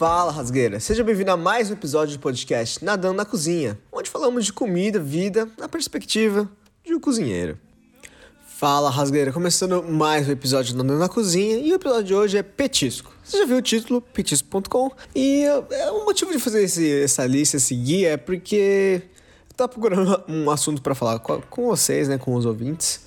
Fala, rasgueira! Seja bem-vindo a mais um episódio do podcast Nadando na Cozinha, onde falamos de comida, vida, na perspectiva de um cozinheiro. Fala, rasgueira! Começando mais um episódio de Nadando na Cozinha, e o episódio de hoje é petisco. Você já viu o título, petisco.com, e o motivo de fazer essa lista, esse guia, é porque eu tava procurando um assunto pra falar com vocês, né, com os ouvintes.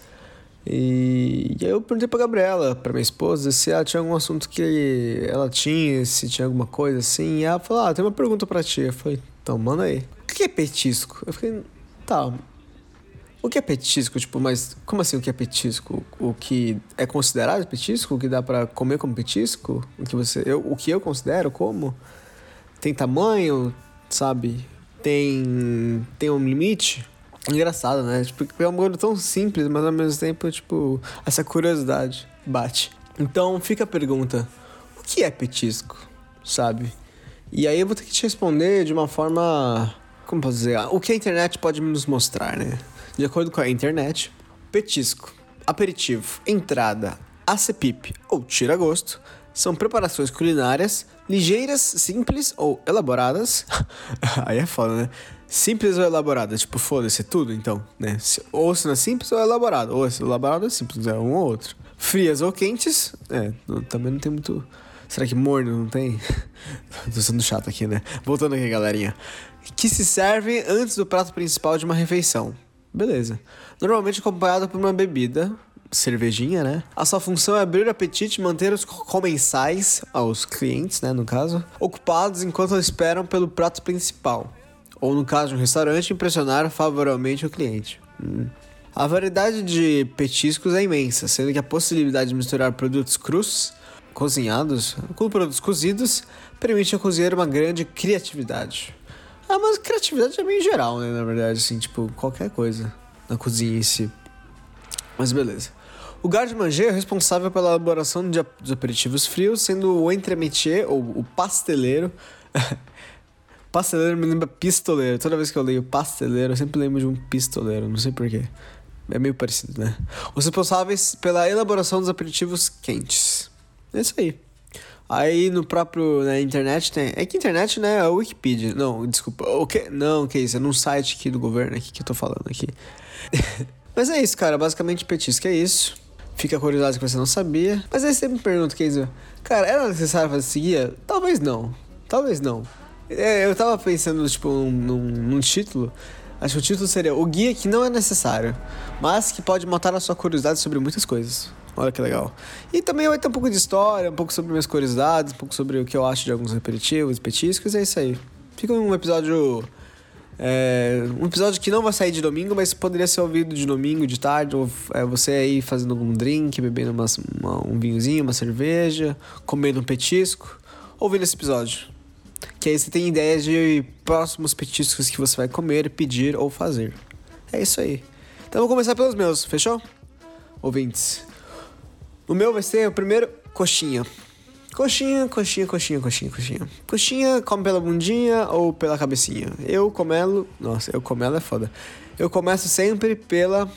E aí eu perguntei pra Gabriela, pra minha esposa, se ela tinha algum assunto que ela tinha, se tinha alguma coisa assim. E ela falou, tem uma pergunta pra ti. Eu falei, então, manda aí. O que é petisco? Eu falei, tá, o que é petisco? Tipo, mas como assim o que é petisco? O que é considerado petisco? O que dá pra comer como petisco? O que eu considero como? Tem tamanho, sabe? Tem um limite? Engraçado, né? Tipo, é um bagulho tão simples, mas ao mesmo tempo, tipo, essa curiosidade bate. Então fica a pergunta, o que é petisco, sabe? E aí eu vou ter que te responder de uma forma, como posso dizer, o que a internet pode nos mostrar, né? De acordo com a internet, petisco, aperitivo, entrada, acepip ou tira-gosto são preparações culinárias ligeiras, simples ou elaboradas. Aí é foda, né? Simples ou elaborada, tipo, foda-se tudo, então, né? Ou se não é simples ou é elaborado. Ou se é elaborado é simples, é um ou outro. Frias ou quentes, também não tem muito... Será que morno não tem? Tô sendo chato aqui, né? Voltando aqui, galerinha. Que se servem antes do prato principal de uma refeição. Beleza. Normalmente acompanhado por uma bebida, cervejinha, né? A sua função é abrir o apetite e manter os comensais, os clientes, né, no caso, ocupados enquanto esperam pelo prato principal. Ou no caso de um restaurante, impressionar favoravelmente o cliente. A variedade de petiscos é imensa, sendo que a possibilidade de misturar produtos crus, cozinhados, com produtos cozidos, permite ao cozinheiro uma grande criatividade. Mas criatividade é meio geral, né, na verdade, assim, tipo, qualquer coisa na cozinha em si. Mas beleza. O garde-manger é responsável pela elaboração dos aperitivos frios, sendo o entremetier, ou o pasteleiro... Pasteleiro me lembra pistoleiro. Toda vez que eu leio pasteleiro, eu sempre lembro de um pistoleiro. Não sei porquê. É meio parecido, né? Os responsáveis pela elaboração dos aperitivos quentes. É isso aí. Aí no próprio, na internet tem... É que internet, né? É a Wikipedia. Não, desculpa. O quê? Não, que isso? É num site aqui do governo aqui que eu tô falando aqui. Mas é isso, cara. Basicamente, petisco é isso. Fica curiosidade que você não sabia. Mas aí você me pergunta, Kenzo, cara, era necessário fazer esse guia? Talvez não. Talvez não. Eu tava pensando, tipo, num título. Acho que o título seria O Guia que Não É Necessário, mas que pode matar a sua curiosidade sobre muitas coisas. Olha que legal. E também vai ter um pouco de história, um pouco sobre minhas curiosidades, um pouco sobre o que eu acho de alguns aperitivos, petiscos, é isso aí. Fica um episódio... um episódio que não vai sair de domingo, mas poderia ser ouvido de domingo, de tarde, ou você aí fazendo algum drink, bebendo um vinhozinho, uma cerveja, comendo um petisco, ouvindo esse episódio. Que aí você tem ideias de próximos petiscos que você vai comer, pedir ou fazer. É isso aí. Então vou começar pelos meus, fechou? Ouvintes. O meu vai ser o primeiro, coxinha. Coxinha. Coxinha come pela bundinha ou pela cabecinha? Eu comelo é foda. Eu começo sempre pela...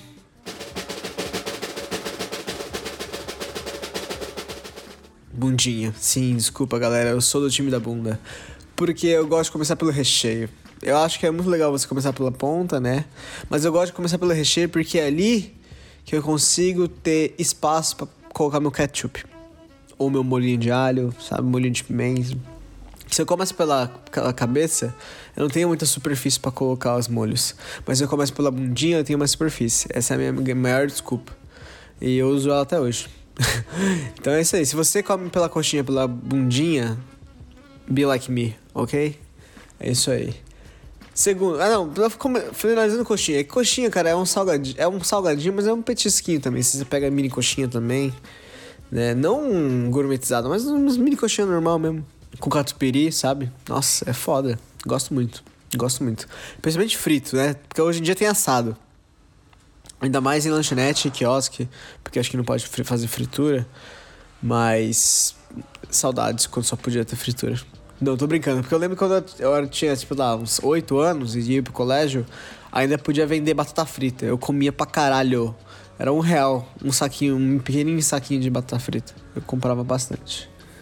bundinha. Sim, desculpa, galera. Eu sou do time da bunda. Porque eu gosto de começar pelo recheio. Eu acho que é muito legal você começar pela ponta, né? Mas eu gosto de começar pelo recheio porque é ali que eu consigo ter espaço pra colocar meu ketchup. Ou meu molhinho de alho, sabe? Molhinho de pimenta. Se eu começo pela cabeça, eu não tenho muita superfície pra colocar os molhos. Mas se eu começo pela bundinha, eu tenho uma superfície. Essa é a minha maior desculpa. E eu uso ela até hoje. Então é isso aí. Se você come pela coxinha, pela bundinha, be like me, ok? É isso aí. Segundo... finalizando coxinha. Coxinha, cara, é um salgadinho, mas é um petisquinho também. Se você pega mini coxinha também, né? Não gourmetizado, mas uns mini coxinha normal mesmo. Com catupiry, sabe? Nossa, é foda. Gosto muito. Principalmente frito, né? Porque hoje em dia tem assado. Ainda mais em lanchonete, quiosque, porque acho que não pode fazer fritura. Mas saudades quando só podia ter fritura. Não, tô brincando, porque eu lembro quando eu tinha, tipo, lá, uns 8 anos e ia pro colégio, ainda podia vender batata frita. Eu comia pra caralho. Era R$1, um pequenininho saquinho de batata frita. Eu comprava bastante.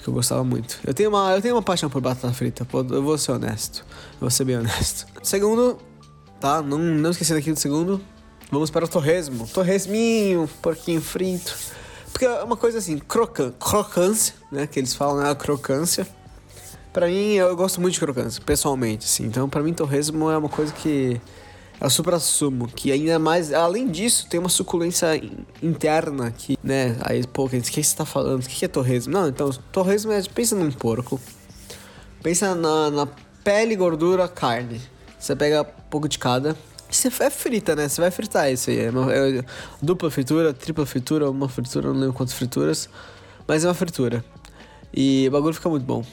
que eu gostava muito. Eu tenho uma paixão por batata frita, eu vou ser honesto. Eu vou ser bem honesto. Segundo, tá? Não esquecendo aqui do segundo. Vamos para o torresmo. Torresminho, porquinho frito. Porque é uma coisa assim, crocância, né? Que eles falam, né? A crocância. Pra mim, eu gosto muito de crocância, pessoalmente, assim. Então, pra mim, torresmo é uma coisa que é o supra-sumo. Que ainda mais, além disso, tem uma suculência interna que, né? Aí, pô, o que você tá falando? O que é torresmo? Não, então, torresmo é, pensa num porco. Pensa na pele, gordura, carne. Você pega um pouco de cada. Você é frita, né? Você vai fritar isso aí. É dupla fritura, tripla fritura, uma fritura, não lembro quantas frituras. Mas é uma fritura. E o bagulho fica muito bom.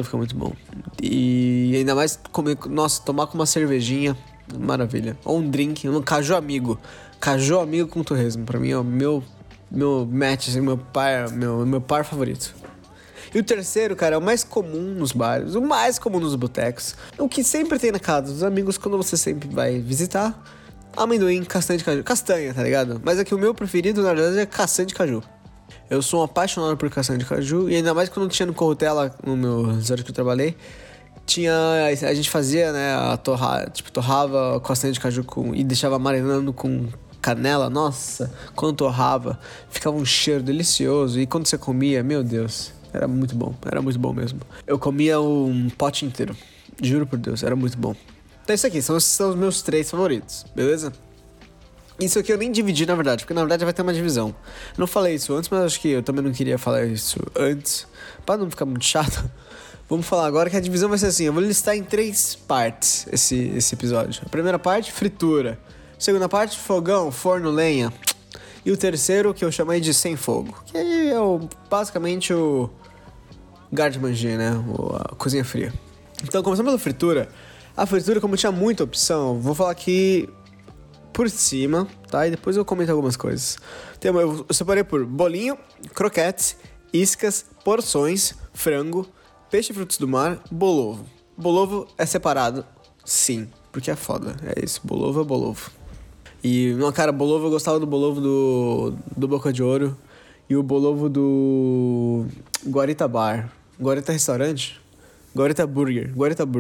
E ainda mais comer, nossa, tomar com uma cervejinha. Maravilha. Ou um drink, um caju amigo. Caju amigo com torresmo. Pra mim é o meu match, assim, meu par favorito. E o terceiro, cara, é o mais comum nos bares, o mais comum nos botecos. O que sempre tem na casa dos amigos quando você sempre vai visitar. Amendoim, castanha de caju. Castanha, tá ligado? Mas aqui o meu preferido, na verdade, é castanha de caju. Eu sou um apaixonado por castanha de caju. E ainda mais quando tinha no Corrutela, no meu resort que eu trabalhei. A gente fazia, né, torrava castanha de caju e deixava marinando com canela. Nossa, quando torrava, ficava um cheiro delicioso. E quando você comia, meu Deus... Era muito bom mesmo. Eu comia um pote inteiro, juro por Deus, era muito bom. Então isso aqui, são os meus 3 favoritos, beleza? Isso aqui eu nem dividi na verdade, porque na verdade vai ter uma divisão. Eu não falei isso antes, mas acho que eu também não queria falar isso antes, pra não ficar muito chato. Vamos falar agora que a divisão vai ser assim, eu vou listar em 3 partes esse episódio. A primeira parte, fritura. A segunda parte, fogão, forno, lenha. E o terceiro, que eu chamei de sem fogo, que é basicamente o garde-manger, né? A cozinha fria. Então, começando pela fritura. A fritura, como tinha muita opção, vou falar aqui por cima, tá? E depois eu comento algumas coisas. Eu separei por bolinho, croquetes, iscas, porções, frango, peixe e frutos do mar, bolovo. Bolovo é separado, sim, porque é foda. É isso, bolovo é bolovo. E, cara, bolovo, eu gostava do bolovo do Boca de Ouro e o bolovo do Guarita Bar. Guarita Restaurante? Guarita Burger.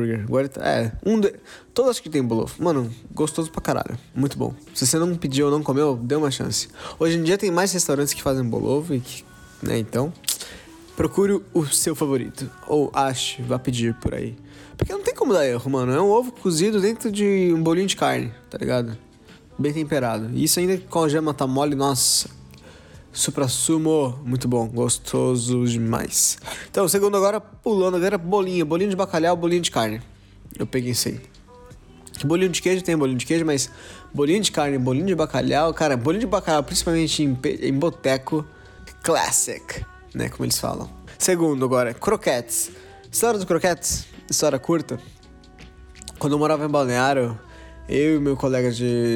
Todos acho que tem bolovo. Mano, gostoso pra caralho. Muito bom. Se você não pediu ou não comeu, dê uma chance. Hoje em dia tem mais restaurantes que fazem bolovo e que, né, então... Procure o seu favorito. Ou ache, vá pedir por aí. Porque não tem como dar erro, mano. É um ovo cozido dentro de um bolinho de carne, tá ligado? Bem temperado. E isso ainda com a gema tá mole, nossa... Supra-sumo, muito bom, gostoso demais. Então, segundo agora, pulando agora, bolinho de bacalhau, bolinho de carne. Eu peguei isso aí. Que bolinho de queijo tem bolinho de queijo, mas bolinho de carne, bolinho de bacalhau, cara, bolinho de bacalhau, principalmente em boteco, classic, né, como eles falam. Segundo agora, croquetes. História dos croquetes, história curta. Quando eu morava em Balneário, eu e meu colega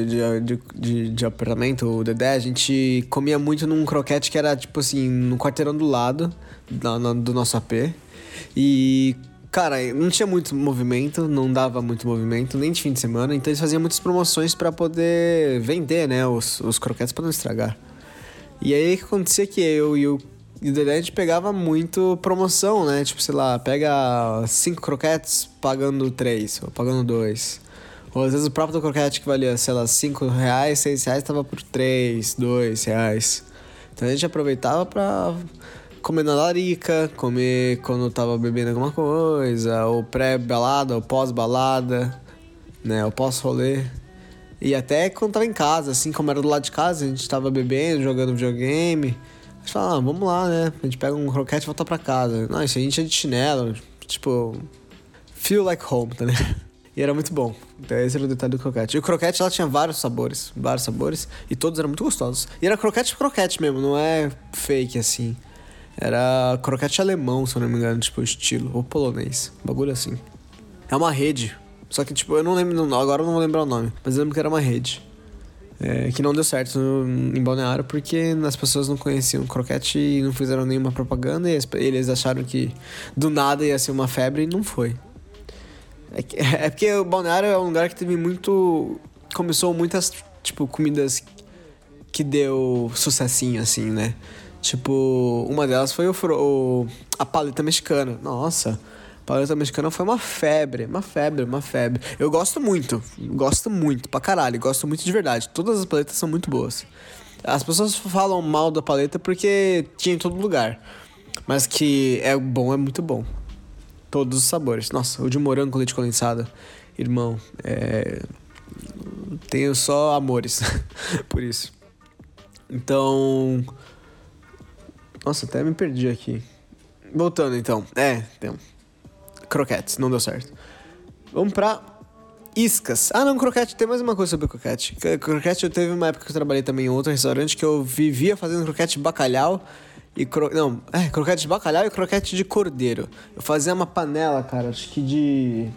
de apartamento, o Dedé, a gente comia muito num croquete que era, tipo assim, no quarteirão do lado do nosso AP. E, cara, não tinha muito movimento, não dava muito movimento, nem de fim de semana. Então eles faziam muitas promoções pra poder vender, né, os croquetes pra não estragar. E aí o que acontecia que eu e o Dedé, a gente pegava muito promoção, né? Tipo, sei lá, pega 5 croquetes pagando 3, ou pagando 2. Ou às vezes o próprio croquete que valia, sei lá, 5 reais, 6 reais, tava por 3, 2 reais. Então a gente aproveitava pra comer na larica, comer quando tava bebendo alguma coisa, ou pré-balada, ou pós-balada, né, ou pós-rolê. E até quando tava em casa, assim, como era do lado de casa, a gente tava bebendo, jogando videogame. A gente fala, vamos lá, né, a gente pega um croquete e volta pra casa. Não, isso a gente é de chinelo, tipo, feel like home, tá ligado? E era muito bom. Então esse era o detalhe do croquete. E o croquete lá tinha vários sabores. E todos eram muito gostosos. E era croquete mesmo, não é fake assim. Era croquete alemão, se eu não me engano, tipo estilo. Ou polonês. Bagulho assim. É uma rede. Só que tipo, eu não lembro, agora eu não vou lembrar o nome. Mas eu lembro que era uma rede. Que não deu certo em Balneário porque as pessoas não conheciam o croquete e não fizeram nenhuma propaganda. E eles acharam que do nada ia ser uma febre e não foi. É porque o Balneário é um lugar que teve começou muitas, tipo, comidas que deu sucessinho, assim, né? Tipo, uma delas foi a paleta mexicana. Nossa, a paleta mexicana foi uma febre, uma febre, uma febre. Eu gosto muito pra caralho, gosto muito de verdade. Todas as paletas são muito boas. As pessoas falam mal da paleta porque tinha em todo lugar. Mas que é bom, é muito bom. Todos os sabores. Nossa, o de morango com leite condensado, irmão, tenho só amores por isso. Então... Nossa, até me perdi aqui. Voltando então. Tem croquetes, não deu certo. Vamos pra iscas. Ah, não, croquete. Tem mais uma coisa sobre croquete. Croquete, eu teve uma época que eu trabalhei também em outro restaurante que eu vivia fazendo croquete de bacalhau e croquete de bacalhau e croquete de cordeiro. Eu fazia uma panela, cara, acho que de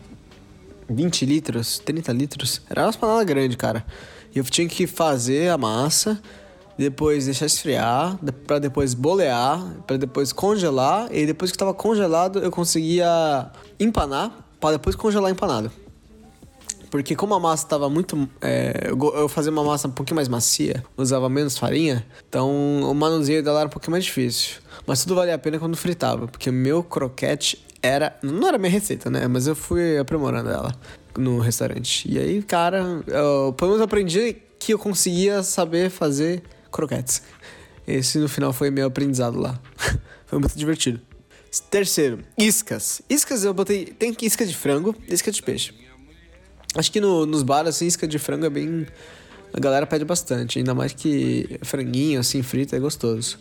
20 litros, 30 litros. Era uma panela grande, cara. E eu tinha que fazer a massa, depois deixar esfriar, pra depois bolear, pra depois congelar. E depois que tava congelado, eu conseguia empanar, pra depois congelar empanado. Porque como a massa tava muito... eu fazia uma massa um pouquinho mais macia, usava menos farinha, então o manuseio dela era um pouquinho mais difícil. Mas tudo valia a pena quando fritava, porque o meu croquete não era minha receita, né? Mas eu fui aprimorando ela no restaurante. E aí, cara, pelo menos eu aprendi que eu conseguia saber fazer croquetes. Esse no final foi meu aprendizado lá. Foi muito divertido. Terceiro, iscas. Iscas eu botei... Tem isca de frango e isca de peixe. Acho que nos bares, assim, isca de frango é bem... A galera pede bastante. Ainda mais que franguinho, assim, frito, é gostoso.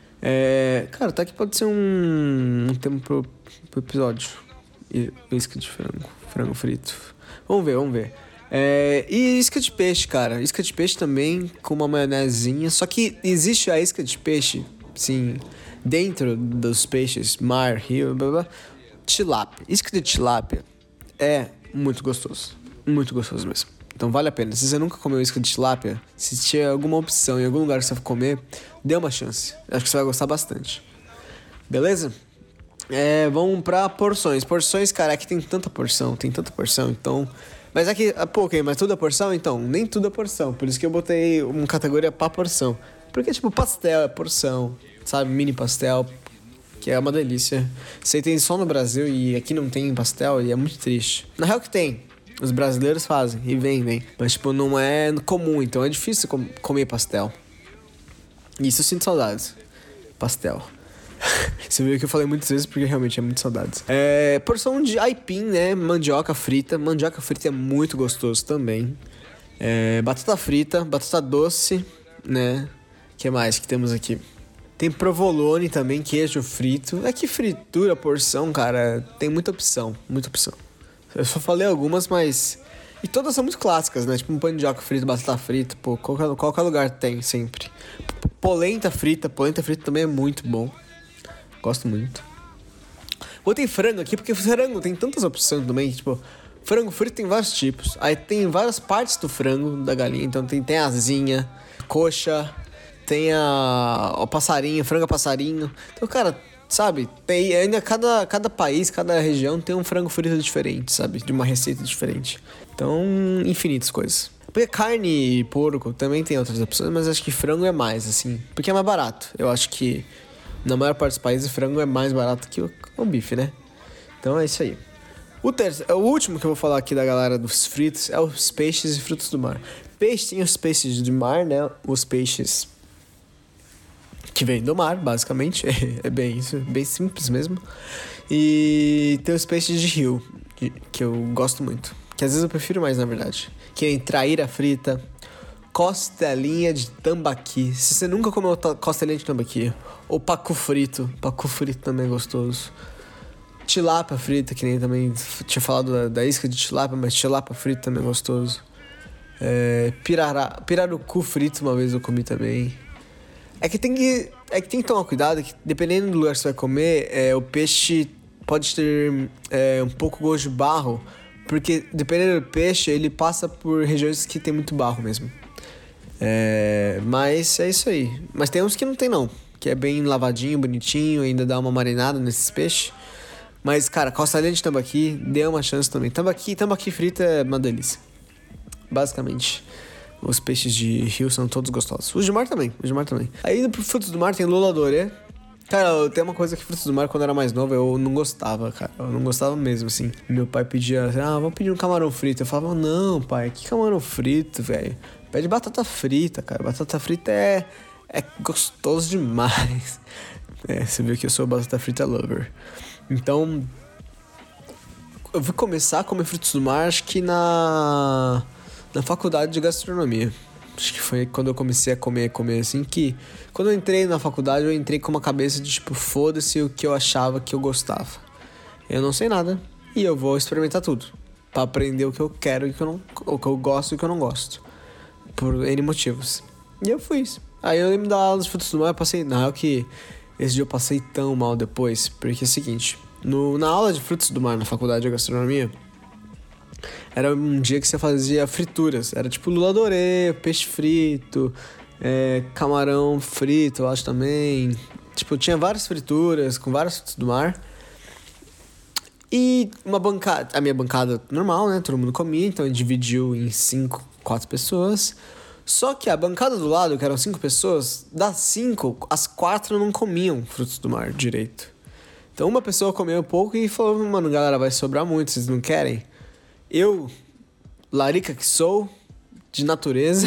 Cara, tá aqui pode ser um tema pro episódio. Isca de frango. Frango frito. Vamos ver. E isca de peixe, cara. Isca de peixe também, com uma maionezinha. Só que existe a isca de peixe, sim, dentro dos peixes, mar, rio, blá, blá, tilápia. Isca de tilápia é muito gostoso. Muito gostoso mesmo. Então vale a pena. Se você nunca comeu isca de tilápia, se tiver alguma opção em algum lugar que você for comer, dê uma chance. Acho que você vai gostar bastante. Beleza? Vamos pra porções. Porções, cara, aqui tem tanta porção, então... Mas aqui, mas tudo é porção? Então, nem tudo é porção. Por isso que eu botei uma categoria pra porção. Porque, tipo, pastel é porção, sabe? Mini pastel, que é uma delícia. Você tem só no Brasil e aqui não tem pastel e é muito triste. Na real que tem. Os brasileiros fazem e vendem. Mas, tipo, não é comum, então é difícil comer pastel. Isso eu sinto saudades. Pastel. Você viu que eu falei muitas vezes porque realmente é muito saudades. Porção de aipim, né? Mandioca frita. Mandioca frita é muito gostoso também. Batata frita, batata doce, né? O que mais que temos aqui? Tem provolone também, queijo frito. É que fritura, porção, cara, tem muita opção. Eu só falei algumas, mas... E todas são muito clássicas, né? Tipo um mandioca frito, batata frita, pô, qualquer lugar tem sempre. Polenta frita também é muito bom. Gosto muito. Botei frango aqui, porque frango tem tantas opções também, tipo... Frango frito tem vários tipos. Aí tem várias partes do frango, da galinha. Então tem a asinha, coxa, tem o passarinho, frango a passarinho. Então, cara... Sabe, tem ainda cada país, cada região tem um frango frito diferente, sabe? De uma receita diferente. Então, infinitas coisas. Porque carne e porco também tem outras opções, mas acho que frango é mais, assim. Porque é mais barato. Eu acho que na maior parte dos países frango é mais barato que o bife, né? Então é isso aí. O último que eu vou falar aqui da galera dos fritos é os peixes e frutos do mar. Peixe tem os peixes do mar, né? Os peixes... que vem do mar, basicamente. É bem isso, bem simples mesmo. E tem os peixes de rio, que eu gosto muito. Que às vezes eu prefiro mais, na verdade. Que é traíra frita, costelinha de tambaqui. Se você nunca comeu costelinha de tambaqui, ou pacu frito também é gostoso. Tilápia frita, que nem também tinha falado da isca de tilápia, mas tilápia frita também é gostoso. Pirarucu frito uma vez eu comi também. É que tem que tomar cuidado, que dependendo do lugar que você vai comer, o peixe pode ter um pouco gosto de barro, porque dependendo do peixe, ele passa por regiões que tem muito barro mesmo. Mas é isso aí. Mas tem uns que não tem não, que é bem lavadinho, bonitinho, ainda dá uma marinada nesses peixes. Mas, cara, costelinha de tambaqui, dê uma chance também. Tambaqui frita é uma delícia, basicamente. Os peixes de rio são todos gostosos. Os de mar também. Aí indo pro frutos do mar tem lula dorê. Cara, tem uma coisa que frutos do mar, quando eu era mais novo, eu não gostava, cara. Eu não gostava mesmo, assim. Meu pai pedia, vamos pedir um camarão frito. Eu falava, não, pai, que camarão frito, velho? Pede batata frita, cara. Batata frita é gostoso demais. Você viu que eu sou batata frita lover. Então, eu fui começar a comer frutos do mar, acho que na faculdade de gastronomia. Acho que foi quando eu comecei a comer assim, que... Quando eu entrei na faculdade, eu entrei com uma cabeça de, tipo, foda-se o que eu achava que eu gostava. Eu não sei nada e eu vou experimentar tudo. Pra aprender o que eu quero e o que eu gosto e o que eu não gosto. Por N motivos. E eu fui isso. Aí eu lembro da aula dos frutos do mar, eu passei... Na real que esse dia eu passei tão mal depois, porque é o seguinte... Na aula de frutos do mar na faculdade de gastronomia... Era um dia que você fazia frituras. Era tipo lula dorê, peixe frito, camarão frito, eu acho também. Tipo, tinha várias frituras com vários frutos do mar. E a minha bancada normal, né? Todo mundo comia, então a gente dividiu em 4 pessoas. Só que a bancada do lado, que eram 5 pessoas, das 5, as 4 não comiam frutos do mar direito. Então uma pessoa comeu um pouco e falou, mano, galera, vai sobrar muito, vocês não querem? Eu, larica que sou, de natureza,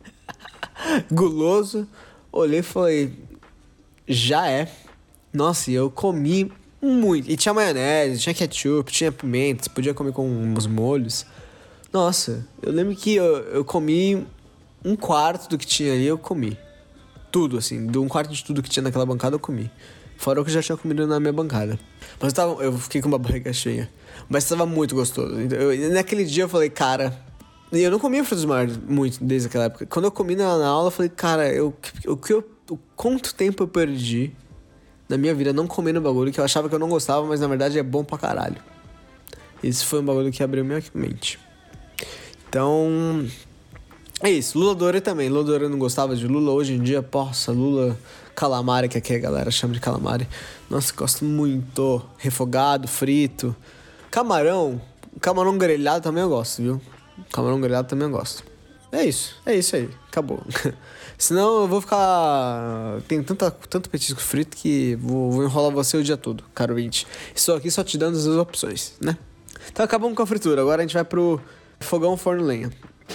guloso, olhei e falei, já é. Nossa, e eu comi muito. E tinha maionese, tinha ketchup, tinha pimenta, você podia comer com uns molhos. Nossa, eu lembro que eu comi 1/4 do que tinha ali, eu comi. Tudo, assim, de 1/4 de tudo que tinha naquela bancada eu comi. Fora o que eu já tinha comido na minha bancada. Mas eu fiquei com uma barriga cheia. Mas estava muito gostoso. Naquele dia eu falei, cara... E eu não comia frutos do mar muito desde aquela época. Quando eu comi na aula, eu falei, cara, quanto tempo eu perdi na minha vida não comendo bagulho que eu achava que eu não gostava, mas na verdade é bom pra caralho. Esse foi um bagulho que abriu minha mente. Então... É isso, lula dorê também. Lula dorê eu não gostava de lula. Hoje em dia, poxa, lula calamari, que aqui a galera chama de calamari. Nossa, gosto muito. Refogado, frito. Camarão grelhado também eu gosto, viu? Camarão grelhado também eu gosto. É isso aí, acabou. Senão eu vou ficar... Tem tanto petisco frito que vou enrolar você o dia todo, caro ouvinte. Estou aqui só te dando as 2 opções, né? Então acabamos com a fritura, agora a gente vai pro fogão forno lenha.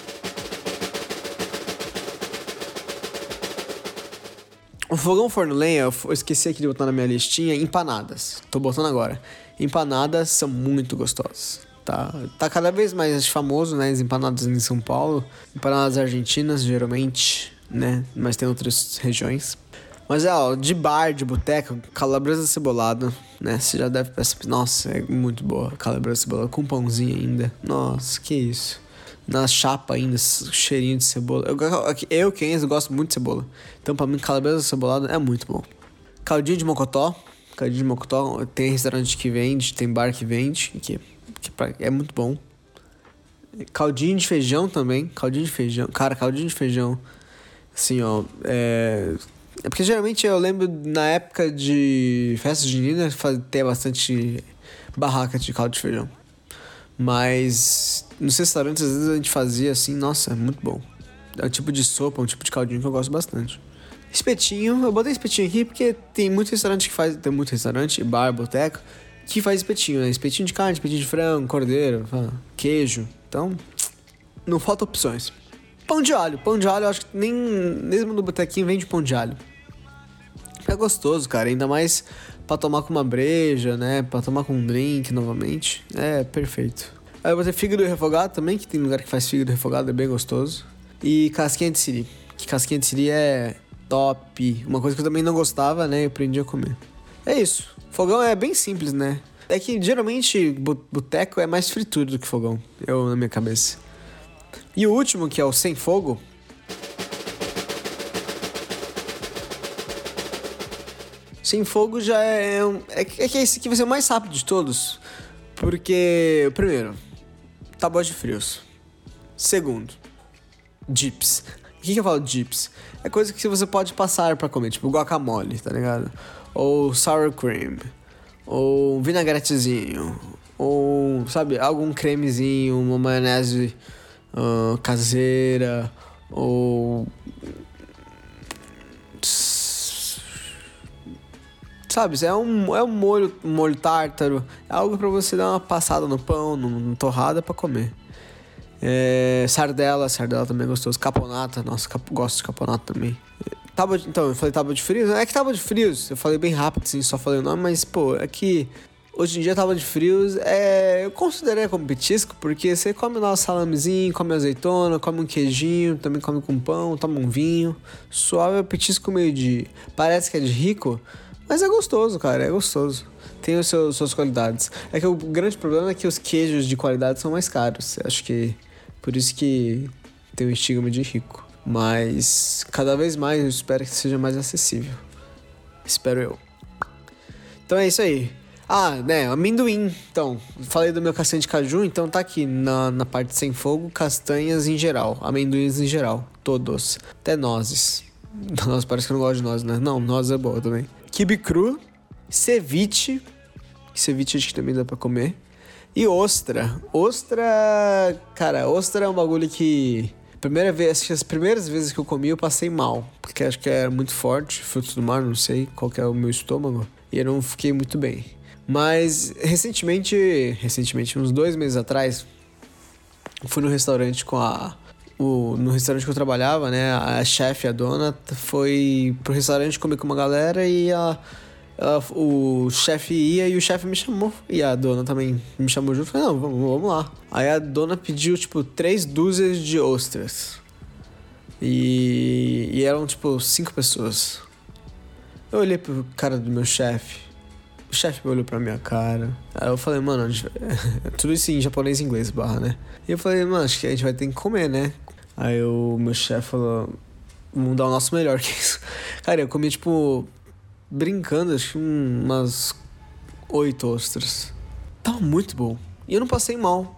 O fogão forno lenha, eu esqueci aqui de botar na minha listinha, empanadas. Tô botando agora. Empanadas são muito gostosas, tá? Tá cada vez mais famoso, né? As empanadas em São Paulo. Empanadas argentinas, geralmente, né? Mas tem outras regiões. Mas de bar, de boteca, calabresa cebolada, né? Você já deve pensar, nossa, é muito boa. Calabresa cebolada com pãozinho ainda. Nossa, que isso. Na chapa ainda, cheirinho de cebola. Eu gosto muito de cebola. Então pra mim, calabresa cebolada é muito bom. Caldinho de mocotó. Tem restaurante que vende, tem bar que vende, que é muito bom. Caldinho de feijão também. Cara, caldinho de feijão. Assim, é porque geralmente eu lembro na época de festa junina ter bastante barraca de caldo de feijão. Mas nos restaurantes às vezes a gente fazia assim, nossa, é muito bom. É um tipo de sopa, um tipo de caldinho que eu gosto bastante. Espetinho, eu botei espetinho aqui porque tem muito restaurante que faz, tem muito restaurante, bar, boteco, que faz espetinho, né? Espetinho de carne, espetinho de frango, cordeiro, queijo. Então, não falta opções. Pão de alho, eu acho que nem mesmo no botequinho vende pão de alho. É gostoso, cara, ainda mais pra tomar com uma breja, né? Pra tomar com um drink novamente. É perfeito. Aí eu botei fígado refogado também, que tem lugar que faz fígado refogado, é bem gostoso. E casquinha de siri, que casquinha de siri é top. Uma coisa que eu também não gostava, né? Eu aprendi a comer. É isso. Fogão é bem simples, né? É que geralmente boteco é mais fritura do que fogão, na minha cabeça. E o último, que é o sem fogo. Sem fogo já é que esse aqui vai ser o mais rápido de todos. Porque, primeiro, tábuas de frios. Segundo, dips. O que eu falo de dips? É coisa que você pode passar pra comer, tipo guacamole, tá ligado? Ou sour cream. Ou vinagretezinho. Ou, sabe, algum cremezinho, uma maionese caseira. Ou... Sabe, é um molho tártaro. É algo pra você dar uma passada no pão, numa torrada pra comer. Sardela também é gostoso. Caponata, nossa, gosto de caponata também. Então, eu falei tábua de frios. É que tábua de frios, eu falei bem rápido, assim, só falei o nome. Mas, pô, é que hoje em dia tábua de frios eu considerei como petisco. Porque você come lá um salamezinho, come azeitona, come um queijinho, também come com pão, toma um vinho. Suave, é petisco meio de... Parece que é de rico, mas é gostoso, cara, é gostoso. Tem suas qualidades. É que o grande problema é que os queijos de qualidade são mais caros. Acho que por isso que tem o estigma de rico. Mas cada vez mais eu espero que seja mais acessível. Espero eu. Então é isso aí. Amendoim. Então, falei do meu castanha de caju, então tá aqui na parte sem fogo, castanhas em geral, amendoins em geral, todos. Até nozes. Nossa, parece que eu não gosto de nozes, né? Não, nozes é boa também. Quibe cru, ceviche. Ceviche acho que também dá pra comer. E ostra. Cara, ostra é um bagulho que... Acho que as primeiras vezes que eu comi eu passei mal. Porque acho que era muito forte, frutos do mar, não sei qual que é o meu estômago. E eu não fiquei muito bem. Mas recentemente, uns 2 meses atrás, fui no restaurante no restaurante que eu trabalhava, né? A chefe, a dona, foi pro restaurante comer com uma galera e o chefe ia e o chefe me chamou. E a dona também me chamou junto. Falei, não, vamos lá. Aí a dona pediu, 3 dúzias de ostras. E eram, 5 pessoas. Eu olhei pro cara do meu chefe. O chefe olhou pra minha cara. Aí eu falei, mano, tudo isso em japonês e inglês, né? E eu falei, mano, acho que a gente vai ter que comer, né? Aí o meu chefe falou, vamos dar o nosso melhor que isso. Cara, eu comi, brincando, acho que umas 8 ostras. Tava muito bom. E eu não passei mal.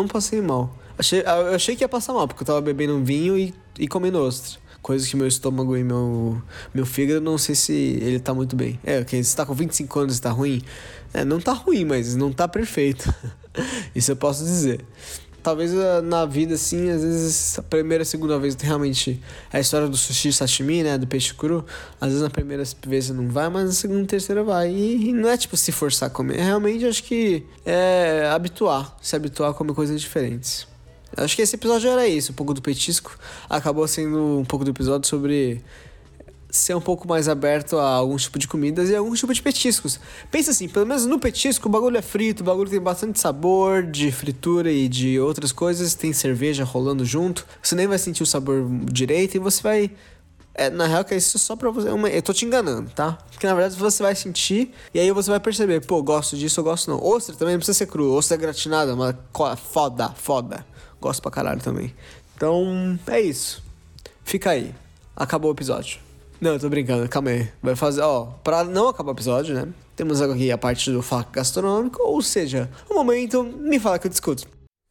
Eu achei que ia passar mal, porque eu tava bebendo um vinho e comendo ostra. Coisa que meu estômago e meu fígado, não sei se ele tá muito bem. Ok, você tá com 25 anos e tá ruim? Não tá ruim, mas não tá perfeito. Isso eu posso dizer. Talvez na vida, assim, às vezes a primeira, segunda vez realmente a história do sushi sashimi, né, do peixe cru, às vezes na primeira vez você não vai, mas na segunda, terceira vai. E não é se forçar a comer, realmente acho que é se habituar a comer coisas diferentes. Acho que esse episódio era isso, um pouco do petisco. Acabou sendo um pouco do episódio sobre ser um pouco mais aberto a algum tipo de comidas e algum tipo de petiscos. Pensa assim, pelo menos no petisco o bagulho é frito, o bagulho tem bastante sabor de fritura e de outras coisas, tem cerveja rolando junto, você nem vai sentir o sabor direito e você vai... na real que é isso só pra você... Eu tô te enganando, tá? Porque na verdade você vai sentir e aí você vai perceber, pô, gosto disso, eu gosto não. Ostra também não precisa ser cru, ostra gratinada, mas foda. Gosto pra caralho também. Então, é isso. Fica aí. Acabou o episódio. Não, eu tô brincando, calma aí. Vai fazer, pra não acabar o episódio, né? Temos aqui a parte do fato gastronômico, ou seja, o momento, me fala que eu discuto.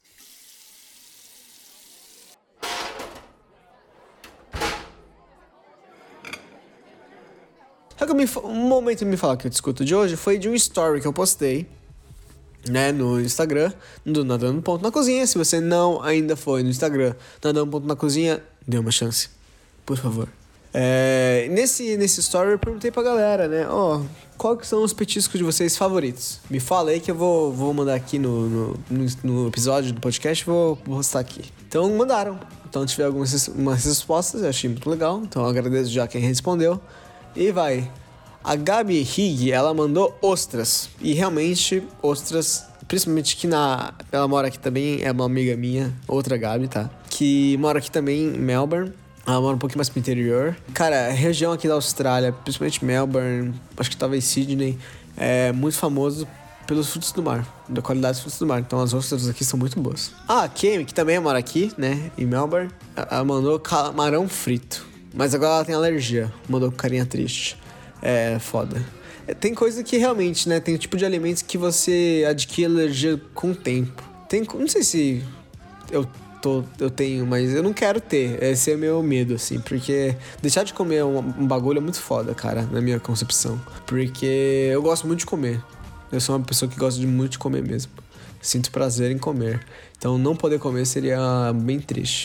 O momento de me falar que eu discuto de hoje foi de um story que eu postei, né, no Instagram, do Nadando.na-cozinha. Se você não ainda foi no Instagram, Nadando.na-cozinha, dê uma chance, por favor. Nesse story eu perguntei pra galera, né, qual que são os petiscos de vocês favoritos? Me fala aí que eu vou mandar aqui no episódio do podcast, vou postar aqui. Então mandaram. Então tiver algumas respostas, eu achei muito legal, então eu agradeço já quem respondeu. E vai. A Gabi Higg, ela mandou ostras. E realmente, ostras, principalmente que ela mora aqui também, é uma amiga minha, outra Gabi, tá? Que mora aqui também em Melbourne. Ela mora um pouquinho mais pro interior. Cara, a região aqui da Austrália, principalmente Melbourne, acho que talvez Sydney, é muito famoso pelos frutos do mar, da qualidade dos frutos do mar. Então as ostras aqui são muito boas. A Kemi, que também mora aqui, né, em Melbourne, ela mandou camarão frito. Mas agora ela tem alergia, mandou com carinha triste. É foda. Tem coisa que realmente, né, tem um tipo de alimentos que você adquire alergia com o tempo. Não sei se eu tenho, mas eu não quero ter. Esse é o meu medo, assim, porque deixar de comer um bagulho é muito foda, cara, na minha concepção. Porque eu gosto muito de comer. Eu sou uma pessoa que gosta muito de comer mesmo. Sinto prazer em comer. Então não poder comer seria bem triste.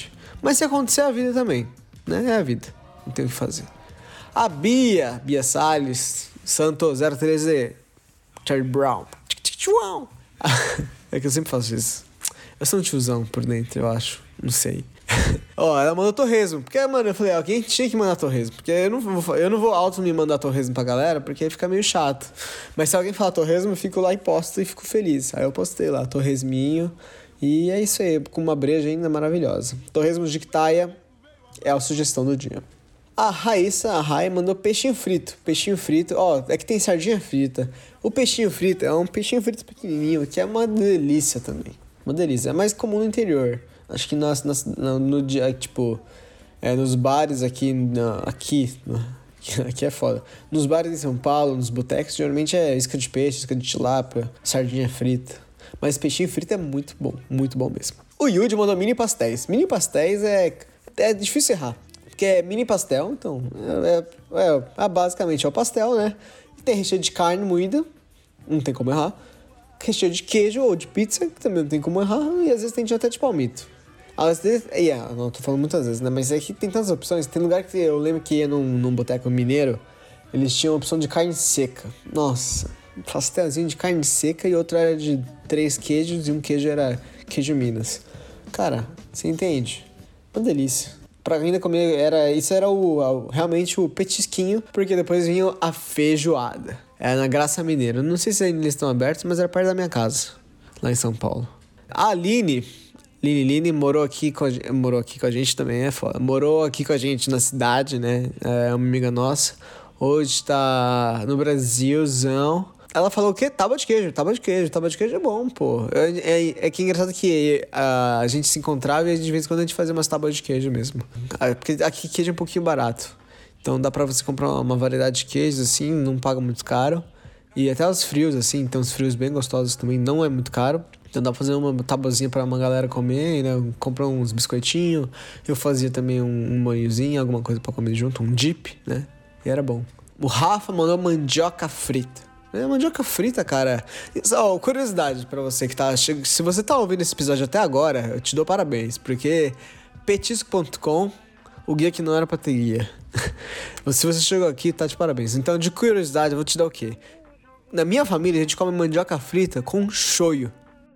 Mas se acontecer, é a vida também, né? É a vida, não tem o que fazer. A Bia Salles, Santo 013, Charlie Brown. É que eu sempre faço isso. Eu sou um tiozão por dentro, eu acho. Não sei. Ela mandou torresmo. Porque, mano, eu falei, alguém tinha que mandar torresmo. Porque eu não vou auto me mandar torresmo pra galera, porque aí fica meio chato. Mas se alguém falar torresmo, eu fico lá e posto e fico feliz. Aí eu postei lá, torresminho. E é isso aí, com uma breja ainda maravilhosa. Torresmo de Quitaia é a sugestão do dia. A Rai mandou peixinho frito. Peixinho frito, é que tem sardinha frita. O peixinho frito é um peixinho frito pequenininho, que é uma delícia também. Uma delícia. É mais comum no interior. Acho que no dia, tipo, nos bares aqui é foda. Nos bares em São Paulo, nos botecos, geralmente é isca de peixe, isca de tilápia, sardinha frita. Mas peixinho frito é muito bom mesmo. O Yudi mandou mini pastéis. Mini pastéis é difícil errar. Porque é mini pastel, então basicamente é o pastel, né? Tem recheio de carne moída, não tem como errar. Recheio de queijo ou de pizza, que também não tem como errar. E às vezes tem até de palmito. Às vezes, não tô falando muitas vezes, né? Mas é que tem tantas opções. Tem lugar que eu lembro que ia num boteco mineiro, eles tinham a opção de carne seca. Nossa, um pastelzinho de carne seca e outro era de 3 queijos e um queijo era queijo Minas. Cara, você entende? Uma delícia. Pra ainda comer, isso era realmente o petisquinho, porque depois vinha a feijoada. Era na Graça Mineira. Não sei se ainda eles estão abertos, mas era perto da minha casa, lá em São Paulo. A Aline morou aqui com a gente também, é foda. Morou aqui com a gente na cidade, né? É uma amiga nossa. Hoje tá no Brasilzão. Ela falou o quê? Tábua de queijo é bom, pô. É que é engraçado que a gente se encontrava e de vez em quando a gente fazia umas tábuas de queijo mesmo. Porque aqui queijo é um pouquinho barato. Então dá pra você comprar uma variedade de queijos, assim, não paga muito caro. E até os frios, assim, tem uns frios bem gostosos também, não é muito caro. Então dá pra fazer uma tabuazinha pra uma galera comer, né? Comprar uns biscoitinhos. Eu fazia também um molhozinho, alguma coisa pra comer junto, um dip, né? E era bom. O Rafa mandou mandioca frita. Mandioca frita, cara. Curiosidade pra você que tá... Se você tá ouvindo esse episódio até agora, eu te dou parabéns. Porque petisco.com, o guia que não era pra ter guia. Se você chegou aqui, tá de parabéns. Então, de curiosidade, eu vou te dar o quê? Na minha família, a gente come mandioca frita com shoyu.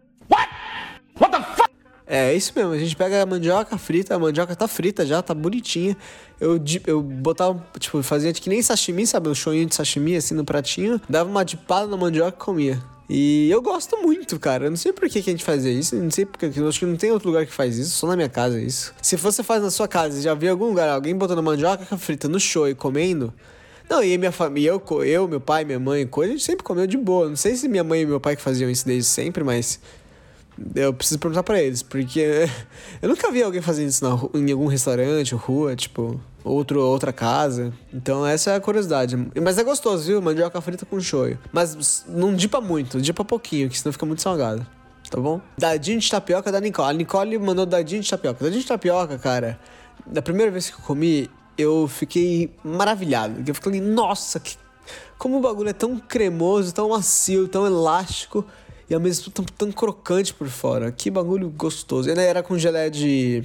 What the fuck? É isso mesmo, a gente pega a mandioca frita, a mandioca tá frita já, tá bonitinha. Eu botava, tipo, fazia que nem sashimi, sabe? Um shoyu de sashimi, assim, no pratinho. Dava uma dipada na mandioca e comia. E eu gosto muito, cara. Eu não sei por que a gente fazia isso. Não sei porque. Eu acho que não tem outro lugar que faz isso. Só na minha casa é isso. Se você faz na sua casa e já viu em algum lugar alguém botando mandioca frita no shoyu e comendo... Não, e minha família, eu, meu pai, minha mãe, a gente sempre comeu de boa. Não sei se minha mãe e meu pai que faziam isso desde sempre, mas... Eu preciso perguntar pra eles, porque eu nunca vi alguém fazendo isso em algum restaurante ou rua, tipo, outra casa. Então essa é a curiosidade. Mas é gostoso, viu? Mandioca frita com shoyu. Mas não dipa muito, dipa pouquinho, que senão fica muito salgado. Tá bom? Dadinho de tapioca da Nicole. A Nicole mandou dadinho de tapioca. Dadinho de tapioca, cara, da primeira vez que eu comi, eu fiquei maravilhado. Eu fiquei, nossa, como o bagulho é tão cremoso, tão macio, tão elástico. E ao mesmo tempo tão crocante por fora. Que bagulho gostoso. Ele era com geleia de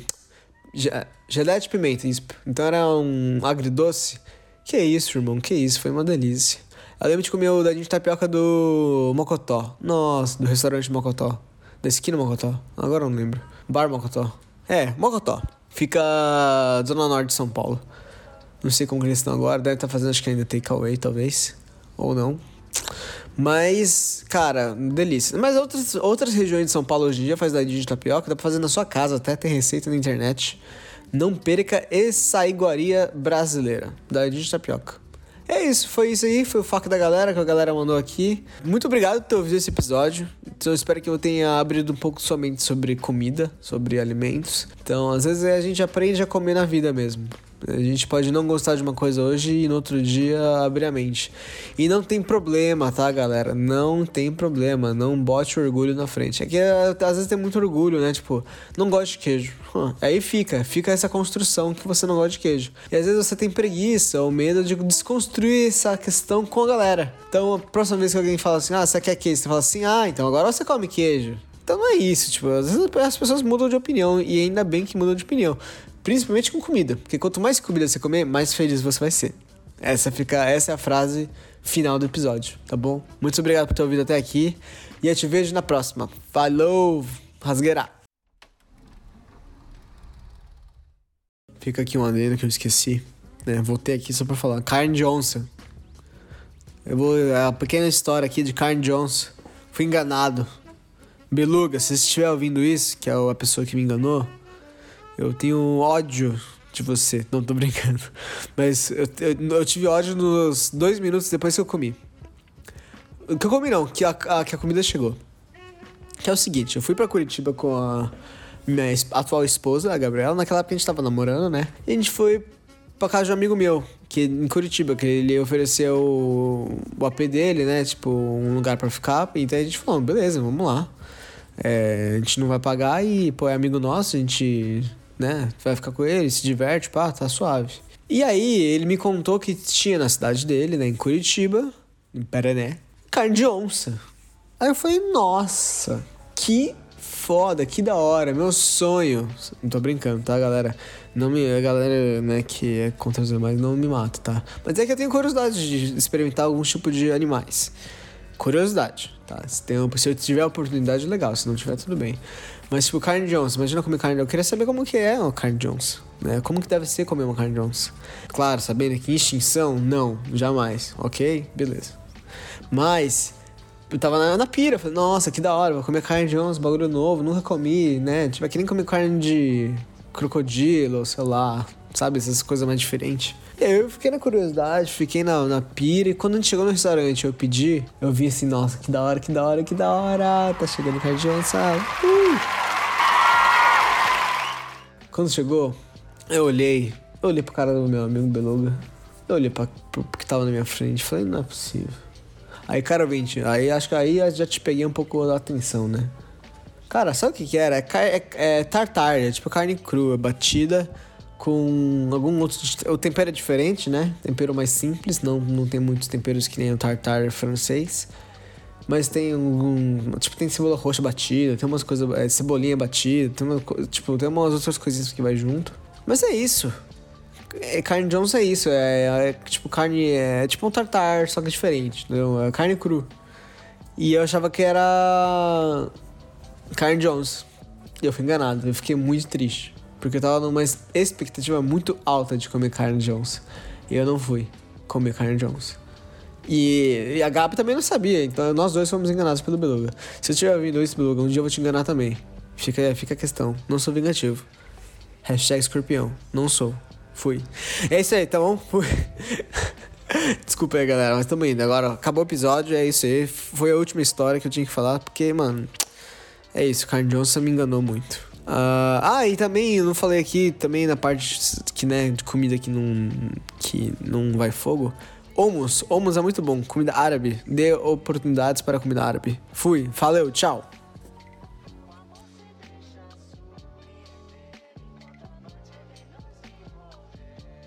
pimenta, isso. Então era um agridoce. Que isso, irmão, que isso. Foi uma delícia. Eu lembro de comer o dadinho de tapioca do Mocotó. Nossa, do restaurante Mocotó. Da esquina Mocotó. Agora eu não lembro. Bar Mocotó. Mocotó. Fica zona norte de São Paulo. Não sei como que eles estão agora. Deve estar fazendo, acho que ainda takeaway, talvez. Ou não. Mas, cara, delícia. Mas outras regiões de São Paulo hoje em dia faz dadinho de tapioca. Dá pra fazer na sua casa, até tem receita na internet. Não perca essa iguaria brasileira. Dadinho de tapioca. É isso, foi isso aí. Foi o foco da galera, que a galera mandou aqui. Muito obrigado por ter ouvido esse episódio. Então eu espero que eu tenha abrido um pouco sua mente sobre comida, sobre alimentos. Então, às vezes a gente aprende a comer na vida mesmo. A gente pode não gostar de uma coisa hoje e no outro dia abrir a mente. E não tem problema, tá, galera? Não tem problema. Não bote orgulho na frente. É que às vezes tem muito orgulho, né? Tipo, não gosto de queijo. Aí fica essa construção que você não gosta de queijo. E às vezes você tem preguiça ou medo de desconstruir essa questão com a galera. Então, a próxima vez que alguém fala assim, você quer queijo? Você fala assim, então agora você come queijo. Então não é isso, tipo, às vezes as pessoas mudam de opinião e ainda bem que mudam de opinião. Principalmente com comida, porque quanto mais comida você comer, mais feliz você vai ser. Essa é a frase final do episódio, tá bom? Muito obrigado por ter ouvido até aqui e eu te vejo na próxima. Falou, rasgueira! Fica aqui um adendo que eu esqueci, né? Voltei aqui só pra falar. Carne Johnson. A pequena história aqui de Carne Johnson. Fui enganado. Beluga, se você estiver ouvindo isso, que é a pessoa que me enganou, eu tenho ódio de você. Não, tô brincando. Mas eu tive ódio nos 2 minutos depois que eu comi. Que eu comi não, que a comida chegou. Que é o seguinte, eu fui pra Curitiba com a minha atual esposa, a Gabriela. Naquela época a gente tava namorando, né? E a gente foi pra casa de um amigo meu, que em Curitiba, que ele ofereceu o AP dele, né? Tipo, um lugar pra ficar. Então a gente falou, beleza, vamos lá. A gente não vai pagar e, pô, é amigo nosso, a gente, né, vai ficar com ele, se diverte, pá, tá suave. E aí, ele me contou que tinha na cidade dele, né, em Curitiba, em Paraná, carne de onça. Aí eu falei, nossa, que foda, que da hora, meu sonho. Não tô brincando, tá, galera? A galera, né, que é contra os animais não me mata, tá? Mas é que eu tenho curiosidade de experimentar algum tipo de animais. Curiosidade, tá? Se eu tiver a oportunidade, legal. Se não tiver, tudo bem. Mas, tipo, carne de onça. Imagina comer carne de onça. Eu queria saber como que é uma carne de onça, né? Como que deve ser comer uma carne de onça. Claro, sabendo que em extinção, não. Jamais. Ok? Beleza. Mas eu tava na pira. Falei, nossa, que da hora. Vou comer carne de onça, bagulho novo. Nunca comi, né? Tipo, é que nem comer carne de crocodilo, sei lá. Sabe? Essas coisas mais diferentes. E aí eu fiquei na curiosidade, fiquei na pira. E quando a gente chegou no restaurante, eu pedi. Eu vi assim, nossa, que da hora, que da hora, que da hora. Tá chegando carne de onça. Quando chegou, eu olhei pro cara do meu amigo Beluga. Eu olhei pro que tava na minha frente. Falei, não é possível. Aí, cara, aí acho que aí já te peguei um pouco da atenção, né? Cara, sabe o que era? É tartar, é tipo carne crua, batida com algum outro... O tempero é diferente, né? Tempero mais simples, não tem muitos temperos que nem o tartar francês. Mas tem tem cebola roxa batida, tem umas coisas... cebolinha batida, tem umas outras coisinhas que vai junto. Mas é isso. Carne Johnson é isso, tipo carne... É tipo um tartar, só que é diferente, entendeu? É carne cru. E eu achava que era carne Johnson. E eu fui enganado, eu fiquei muito triste. Porque eu tava numa expectativa muito alta de comer carne Johnson. E eu não fui comer carne Johnson. E a Gabi também não sabia, então nós dois fomos enganados pelo Beluga. Se eu estiver ouvindo isso, Beluga, um dia eu vou te enganar também. Fica a questão, não sou vingativo. #escorpião, não sou. Fui. É isso aí, tá bom? Fui. Desculpa aí, galera, mas tamo indo. Agora, acabou o episódio, é isso aí. Foi a última história que eu tinha que falar, porque, mano... É isso, carne Johnson me enganou muito. E também, eu não falei aqui, também na parte que, né, de comida que não vai fogo. Hummus é muito bom, comida árabe. Dê oportunidades para comida árabe. Fui, valeu, tchau.